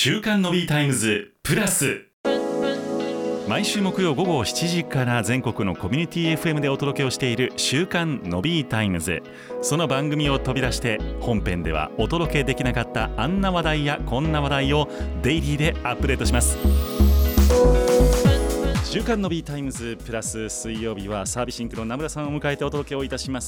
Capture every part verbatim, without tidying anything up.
週刊の B タイムズプラス、毎週木曜午後しちじから全国のコミュニティ エフエム でお届けをしている週刊の B タイムズ。その番組を飛び出して本編ではお届けできなかったあんな話題やこんな話題をデイリーでアップデートします。週刊の B タイムズプラス、水曜日はサービスインクの名村さんを迎えてお届けをいたします。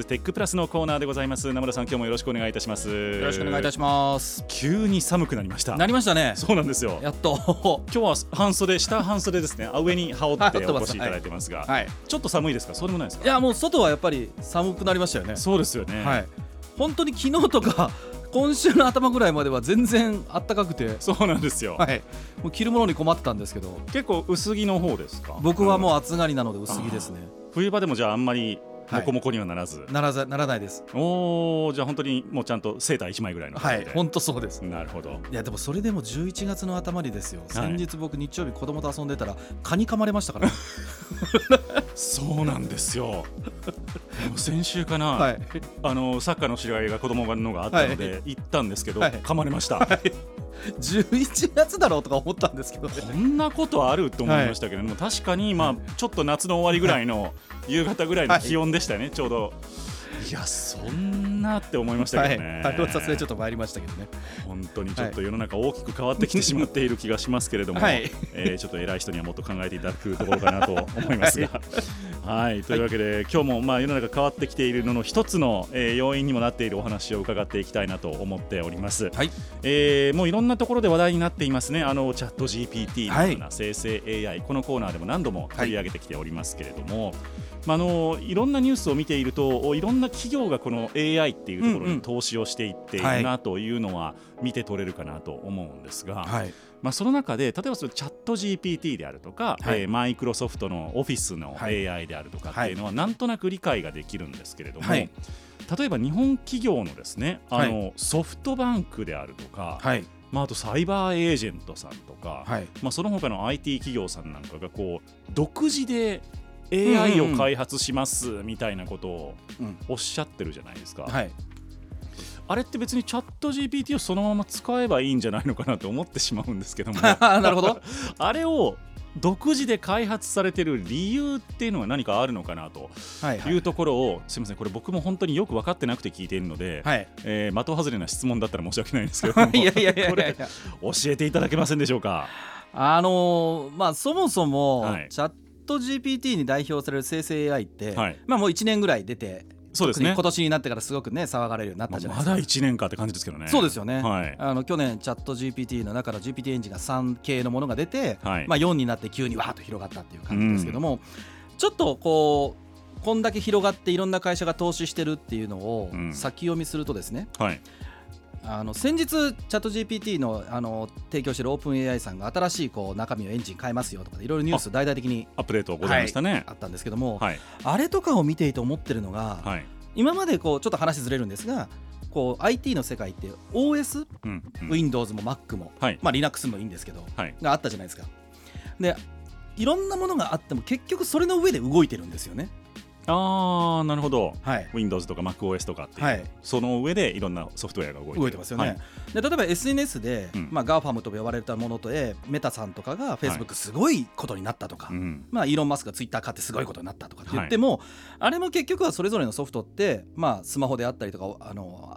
テックプラスのコーナーでございます。名村さん、今日もよろしくお願いいたします。 よろしくお願いいたします。 急に寒くなりました。 なりましたね。 そうなんですよ。 やっと今日は半袖、下半袖ですね。上に羽織ってお越しいただいてますが、 はい、 ちょっと寒いですか？そうでもないですか？ いや、もう外はやっぱり寒くなりましたよね。 そうですよね、 はい、本当に昨日とか今週の頭ぐらいまでは全然暖かくて、 そうなんですよ、 はい、もう着るものに困ってたんですけど。 結構薄着の方ですか？ 僕はもう暑がりなので薄着ですね。 冬場でもじゃああんまりモコモコにはならず、 はい、ならずならないです。 おー、じゃあ本当にもうちゃんとセーターいちまいぐらいの感じで。 はい、本当そうです。 なるほど。 いやでもそれでもじゅういちがつの頭にですよ、はい、先日僕日曜日子供と遊んでたら蚊に噛まれましたからそうなんですよ先週かな、はい、あのサッカーの知り合いが子供のがあったので、はい、行ったんですけど、はい、噛まれました、はい、 じゅういちがつだろうとか思ったんですけど、ね、 こんなことあると思いましたけど、はい、確かに、まあ、ちょっと夏の終わりぐらいの夕方ぐらいの気温でしたよね、はい、ちょうど。いや、そんなって思いましたけどね。 はい、さすがにちょっと参りましたけどね。 本当にちょっと世の中大きく変わってきてしまっている気がしますけれども、はい、えー、ちょっと偉い人にはもっと考えていただくところかなと思いますが、はいはい、というわけで、はい、今日もまあ世の中変わってきているのの一つの、えー、要因にもなっているお話を伺っていきたいなと思っております、はい、えー、もういろんなところで話題になっていますね。あのチャット ジーピーティー のような生成 エーアイ、はい、このコーナーでも何度も取り上げてきておりますけれども、はい、まあ、あのいろんなニュースを見ていると、いろんな企業がこの エーアイ っていうところに投資をしていっているなというのは見て取れるかなと思うんですが、はい、まあ、その中で例えばそのチャット ジーピーティー であるとか、はい、えー、マイクロソフトのオフィスの エーアイ であるとかっていうのはなんとなく理解ができるんですけれども、はい、例えば日本企業のですね、あの、はい、ソフトバンクであるとか、はい、まあ、あとサイバーエージェントさんとか、はい、まあ、その他の アイティー 企業さんなんかがこう独自でエーアイ を開発しますみたいなことをおっしゃってるじゃないですか、うん、はい、あれって別にチャット ジーピーティー をそのまま使えばいいんじゃないのかなと思ってしまうんですけどもなるほどあれを独自で開発されてる理由っていうのは何かあるのかなというところを、はいはい、すみません、これ僕も本当によく分かってなくて聞いているので、はい、えー、的外れな質問だったら申し訳ないんですけどもいやいやいやいや、これ教えていただけませんでしょうか。 あのーまあ、そもそも、はい、チャット ジーピーティー に代表される生成 エーアイって、はい、まあ、もういちねんぐらい出て、そうですね、今年になってからすごくね騒がれるようになったじゃないですか。 まあ、まだいちねんかって感じですけどね。 そうですよね、 はい、 あの去年チャット ジーピーティー の中の ジーピーティー エンジンがさん系のものが出て、はい、まあ、よんになって急にわーっと広がったっていう感じですけども、うん、ちょっとこうこんだけ広がっていろんな会社が投資してるっていうのを先読みするとですね、うん、はい、あの先日チャット ジーピーティー の, あの提供しているオープン エーアイ さんが新しいこう中身をエンジン変えますよとかいろいろニュース大々的にアップデートございましたね、はい、 あったんですけども、はい、あれとかを見ていて思ってるのが、はい、今までこうちょっと話ずれるんですが、こう アイティー の世界って オーエス、うんうん、Windows も Mac も、はい、まあ、Linux もいいんですけど、はい、があったじゃないですか。で、いろんなものがあっても結局それの上で動いてるんですよね。 あー、なるほど、はい、Windows とか MacOS とかっていう、はい、その上でいろんなソフトウェアが動いてる、 動いてますよね、はい、で例えば エスエヌエス で、うん、まあ、ガーファムと呼ばれたものとメタさんとかが Facebook すごいことになったとか、はい、まあ、イーロン・マスクが Twitter 買ってすごいことになったとかって言っても、はい、あれも結局はそれぞれのソフトって、まあ、スマホであったりとかあの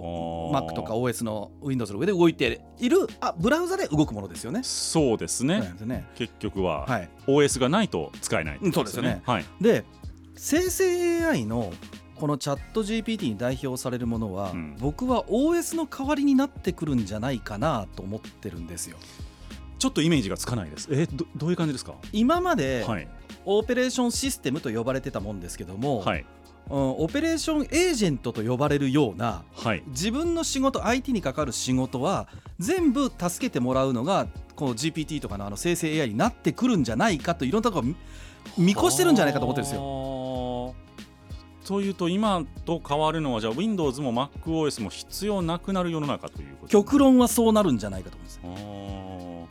Mac とか オーエス の Windows の上で動いているあブラウザで動くものですよね。 そうですね、ですね、結局は、はい、オーエス がないと使えない、ね、 そうですよね、はい、で生成 エーアイ のこのチャット ジーピーティー に代表されるものは、うん、僕は オーエス の代わりになってくるんじゃないかなと思ってるんですよ。 ちょっとイメージがつかないです。え ど, どういう感じですか？ 今まで、はい、オペレーションシステムと呼ばれてたもんですけども、はい、うん、オペレーションエージェントと呼ばれるような、はい、自分の仕事 アイティー に関わる仕事は全部助けてもらうのがこの ジーピーティー とかのあの生成 エーアイ になってくるんじゃないかといろんなところ見越してるんじゃないかと思ってるんですよ。 というと今と変わるのはじゃあ Windows も MacOS も必要なくなる世の中ということ、 極論はそうなるんじゃないかと思うんですよ。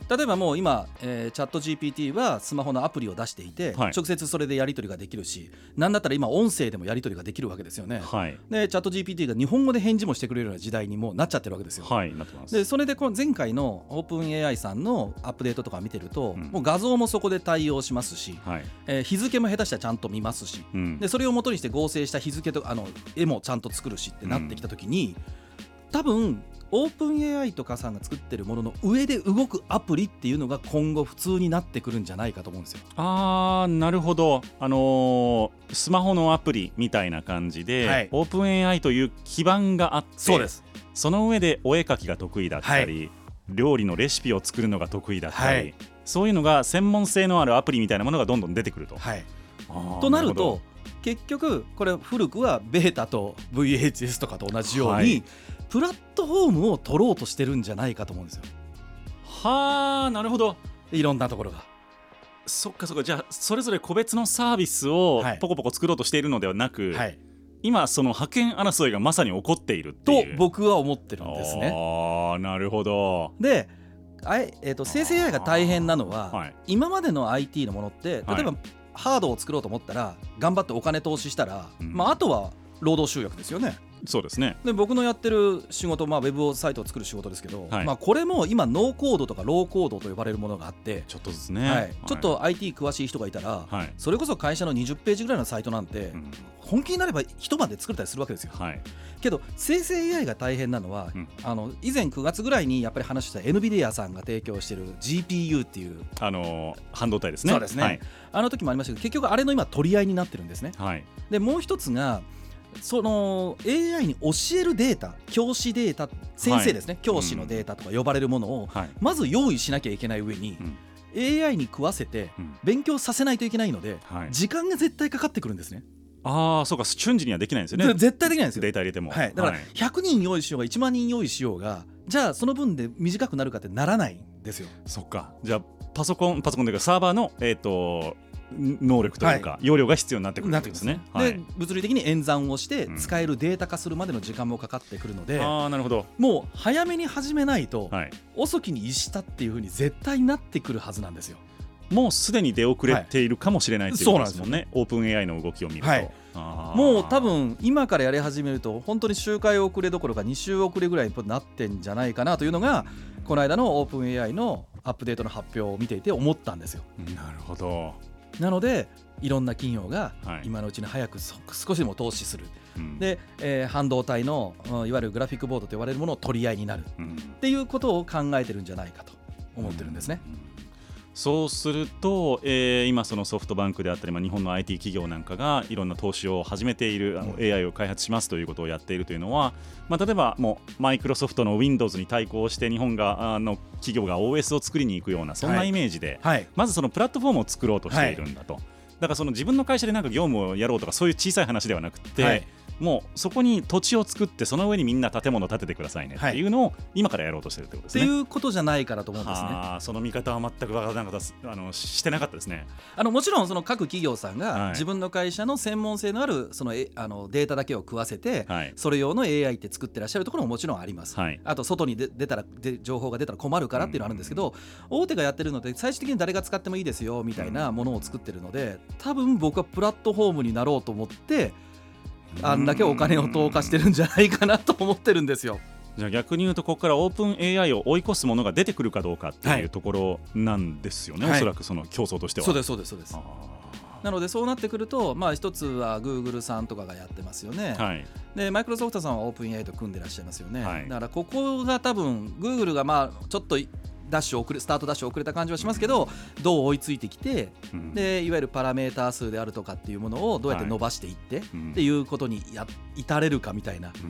例えばもう今、えー、チャット ジーピーティー はスマホのアプリを出していて、はい、直接それでやり取りができるし、なんだったら今音声でもやり取りができるわけですよね、はい、でチャット ジーピーティー が日本語で返事もしてくれるような時代にもなっちゃってるわけですよ、 はい、なってます。 でそれでこの前回のオープン エーアイ さんのアップデートとか見てると、うん、もう画像もそこで対応しますし、はい、えー、日付も下手したらちゃんと見ますし、うん、でそれを元にして合成した日付とあの絵もちゃんと作るしってなってきた時に、うん、多分オープン エーアイ とかさんが作ってるものの上で動くアプリっていうのが今後普通になってくるんじゃないかと思うんですよ。 あー、なるほど。あのー、スマホのアプリみたいな感じで、はい、オープン エーアイ という基盤があって、 そうです。 その上でお絵描きが得意だったり、はい、料理のレシピを作るのが得意だったり、はい、そういうのが専門性のあるアプリみたいなものがどんどん出てくると、はい、 となると結局これ古くはベータと ブイエイチエス とかと同じように、はい、プラットフォームを取ろうとしてるんじゃないかと思うんですよ。 はあ、なるほど。 いろんなところが。 そっかそっか。じゃあそれぞれ個別のサービスをポコポコ作ろうとしているのではなく、はい、今その覇権争いがまさに起こっているっていうと僕は思ってるんですね。 ああ、なるほど。 であえ、えー、と生成 エーアイ が大変なのは、はい、今までの アイティー のものって例えば、はい、ハードを作ろうと思ったら頑張ってお金投資したら、うん、まあ、あとは労働集約ですよね。 そうですね。 で僕のやってる仕事、まあ、ウェブサイトを作る仕事ですけど、はい、まあ、これも今ノーコードとかローコードと呼ばれるものがあって、 ちょっとですね、 はい、ちょっと アイティー 詳しい人がいたら、はい、それこそ会社のにじゅっページぐらいのサイトなんて、うん、本気になれば一晩で作れたりするわけですよ、はい、けど生成 エーアイ が大変なのは、うん、あの以前くがつぐらいにやっぱり話した エヌビディア さんが提供している ジーピーユー っていう、 あのー、半導体ですね。 そうですね、はい、あの時もありましたけど結局あれの今取り合いになってるんですね、はい、でもう一つがその エーアイ に教えるデータ、教師データ、先生ですね、はい、教師のデータとか呼ばれるものをまず用意しなきゃいけない上に、うん、エーアイ に食わせて勉強させないといけないので、うん、時間が絶対かかってくるんですね。 ああ、そうか、瞬時にはできないんですよね。 絶対できないんですよ、 データ入れても、 はい、だからひゃくにん用意しようがいちまんにん用意しようが、じゃあその分で短くなるかってならないんですよ。 そっか。じゃあパソコンパソコンというかサーバーのえっ、ー、と能力というか、はい、容量が必要になってくるんですね。 で、はい、物理的に演算をして使えるデータ化するまでの時間もかかってくるので、うん、 あー、なるほど。 もう早めに始めないと、はい、遅きに逸したっていう風に絶対なってくるはずなんですよ。 もうすでに出遅れているかもしれないということですもんね、はい、オープン エーアイ の動きを見ると、はい、 あもう多分今からやり始めると本当に周回遅れどころかに週遅れぐらいになってんじゃないかなというのが、この間のオープン エーアイ のアップデートの発表を見ていて思ったんですよ。 なるほど。 なのでいろんな企業が今のうちに早く少しでも投資する、はい、で、えー、半導体のいわゆるグラフィックボードと呼ばれるものを取り合いになる、うん、っていうことを考えてるんじゃないかと思ってるんですね、うんうん。 そうすると、えー、今そのソフトバンクであったり、まあ、日本の アイティー 企業なんかがいろんな投資を始めている、あの エーアイ を開発しますということをやっているというのは、まあ、例えばもうマイクロソフトの Windows に対抗して日本があの企業が オーエス を作りに行くようなそんなイメージで、はいはい、まずそのプラットフォームを作ろうとしているんだと、はい、だからその自分の会社でなんか業務をやろうとかそういう小さい話ではなくて、はい、もうそこに土地を作ってその上にみんな建物を建ててくださいねっていうのを今からやろうとしてるってことですね。 っていうことじゃないからと思うんですね。 あ、その見方は全く分からなかったあのしてなかったですね。 あのもちろんその各企業さんが自分の会社の専門性のあるそのえあのデータだけを食わせて、はい、それ用の エーアイ って作ってらっしゃるところももちろんあります、はい、あと外に出たらで情報が出たら困るからっていうのはあるんですけど、うん、大手がやってるので最終的に誰が使ってもいいですよみたいなものを作ってるので、多分僕はプラットフォームになろうと思ってあんだけお金を投下してるんじゃないかなと思ってるんですよ。 じゃあ逆に言うとここからオープン エーアイ を追い越すものが出てくるかどうかっていうところなんですよね、はい、おそらくその競争としては。 そうですそうですそうです。なのでそうなってくると、まあ、一つは Google さんとかがやってますよね、はい、でマイクロソフトさんはオープン エーアイ と組んでらっしゃいますよね、はい、だからここが多分 Google がまあちょっとダッシュ遅れスタートダッシュ遅れた感じはしますけど、どう追いついてきて、うん、でいわゆるパラメーター数であるとかっていうものをどうやって伸ばしていって、はい、っていうことにや至れるかみたいな、うん、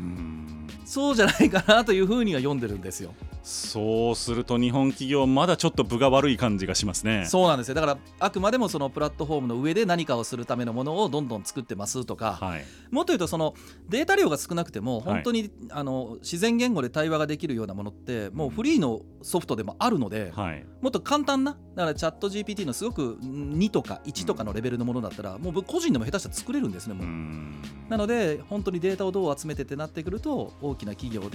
そうじゃないかなというふうには読んでるんですよ。 そうすると日本企業まだちょっと分が悪い感じがしますね。 そうなんですよ。だからあくまでもそのプラットフォームの上で何かをするためのものをどんどん作ってますとか、はい、もっと言うとそのデータ量が少なくても本当に、はい、あの自然言語で対話ができるようなものってもうフリーのソフトでもあるので、はい、もっと簡単な、だからチャット ジーピーティー のすごくにとかいちとかのレベルのものだったら、うん、もう僕個人でも下手したら作れるんですねもう。うんなので本当にデータをどう集めてってなってくると大きな企業で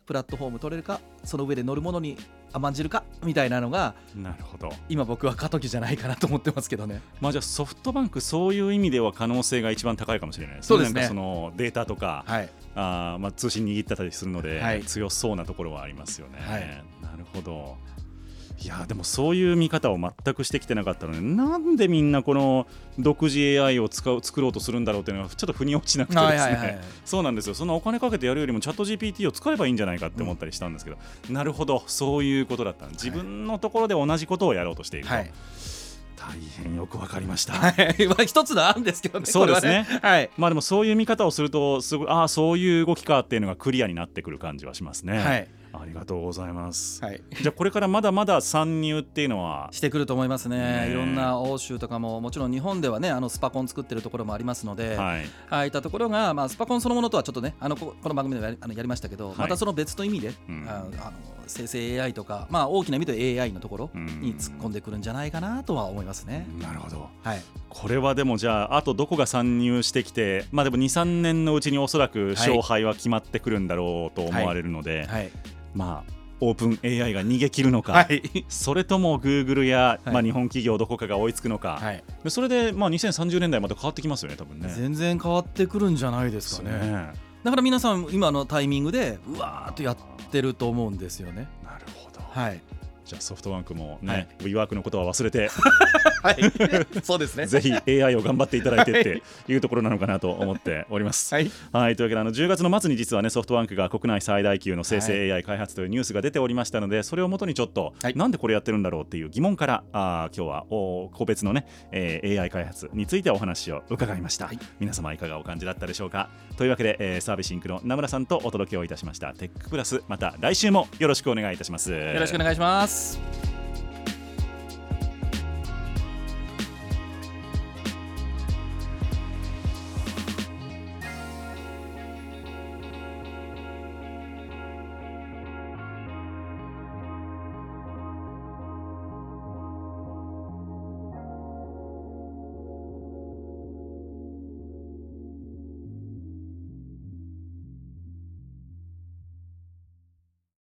プラットフォーム取れるか、その上で乗るものに甘んじるかみたいなのが、 なるほど、 今僕は過渡期じゃないかなと思ってますけどね。 まあ、じゃあソフトバンクそういう意味では可能性が一番高いかもしれないですね。 そうですね。 なんかそのデータとか、 はい、 あまあ通信握ってたりするので、 はい、 強そうなところはありますよね、 はい、 なるほど。いやでもそういう見方を全くしてきてなかったので、なんでみんなこの独自 エーアイ を使う作ろうとするんだろうというのはちょっと腑に落ちなくてですね、はいはいはい、そうなんですよ。そのお金かけてやるよりもチャット ジーピーティー を使えばいいんじゃないかって思ったりしたんですけど、うん、なるほど、そういうことだった。自分のところで同じことをやろうとしていると、はい、大変よくわかりました。 はい、まあ一つの案ですけどね。 そうですね。 ね、はい、 まあでもそういう見方をするとすごい、ああそういう動きかっていうのがクリアになってくる感じはしますね。はい、ありがとうございます、はい、じゃあこれからまだまだ参入っていうのはしてくると思います ね, ねいろんな欧州とかももちろん日本ではね、あのスパコン作ってるところもありますので、はい、ああいったところが、まあ、スパコンそのものとはちょっとね、あの こ, この番組では や, あのやりましたけど、はい、またその別の意味で、うん、ああの生成 エーアイ とか、まあ、大きな意味で エーアイ のところに突っ込んでくるんじゃないかなとは思いますね。 なるほど、 はい、 これはでもじゃああとどこが参入してきて、まあでも にさんねんのうちにおそらく勝敗は決まってくるんだろうと思われるので、はいはい、まあオープン エーアイ が逃げ切るのか、はい、それとも Google や、はい、まあ、日本企業どこかが追いつくのか、はい、でそれでまあにせんさんじゅうねんだいまた変わってきますよね、多分ね。 全然変わってくるんじゃないですか ね, ねだから皆さん今のタイミングでうわーっとやってると思うんですよね。 なるほど、 はい、 じゃあソフトバンクもね、はい、WeWork のことは忘れてはい、そうですね。 ぜひ エーアイ を頑張っていただいてっていうところなのかなと思っております。はい、はい、というわけであのじゅうがつの末に実はねソフトバンクが国内最大級の生成 エーアイ 開発というニュースが出ておりましたので、それをもとにちょっと、はい、なんでこれやってるんだろうっていう疑問からあ今日はお個別のね、えー、エーアイ 開発についてお話を伺いました。はい、皆様いかがお感じだったでしょうか。というわけで、えー、サービスインクの名村さんとお届けをいたしましたテックプラス、また来週もよろしくお願いいたします。 よろしくお願いします。